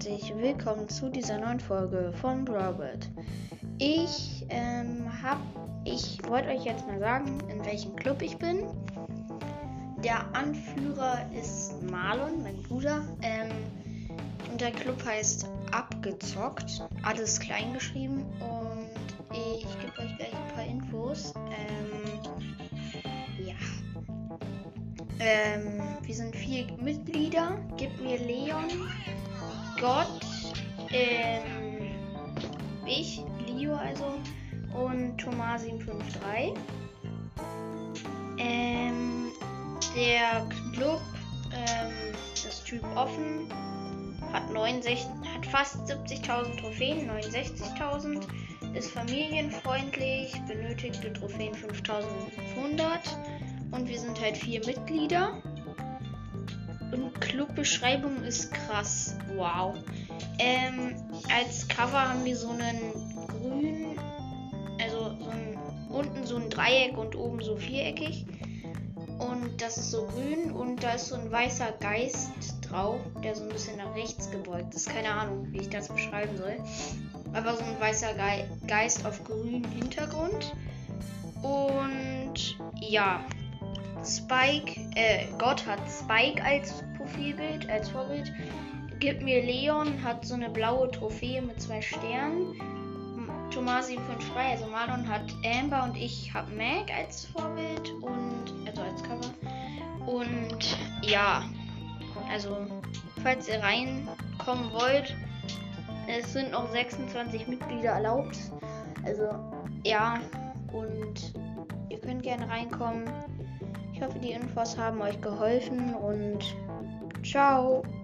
herzlich willkommen zu dieser neuen Folge von Robert. Ich wollte euch jetzt mal sagen, in welchem Club ich bin. Der Anführer ist Marlon, mein Bruder. Und der Club heißt Abgezockt, alles klein geschrieben. Und ich gebe euch gleich ein paar Infos. Wir sind 4 Mitglieder. Gib mir Leon, Gott, ich, Leo also, und Thomas 753. Der Club ist Typ offen, hat fast 70.000 Trophäen, 69.000, ist familienfreundlich, benötigte Trophäen 5.500 und wir sind halt 4 Mitglieder. Und Clubbeschreibung ist krass, wow. Als Cover haben wir so einen grün, also unten so ein Dreieck und oben so viereckig. Und das ist so grün und da ist so ein weißer Geist drauf, der so ein bisschen nach rechts gebeugt ist. Keine Ahnung, wie ich das beschreiben soll. Aber so ein weißer Geist auf grünem Hintergrund. Und ja, Gott hat Spike als Profilbild, als Vorbild. Gib mir Leon hat so eine blaue Trophäe mit 2 Sternen. Thomas 753, also Marlon hat Amber und ich habe Meg als Vorbild und also als Cover. Und ja, also falls ihr reinkommen wollt, es sind noch 26 Mitglieder erlaubt. Also ja, und ihr könnt gerne reinkommen. Ich hoffe, die Infos haben euch geholfen und ciao.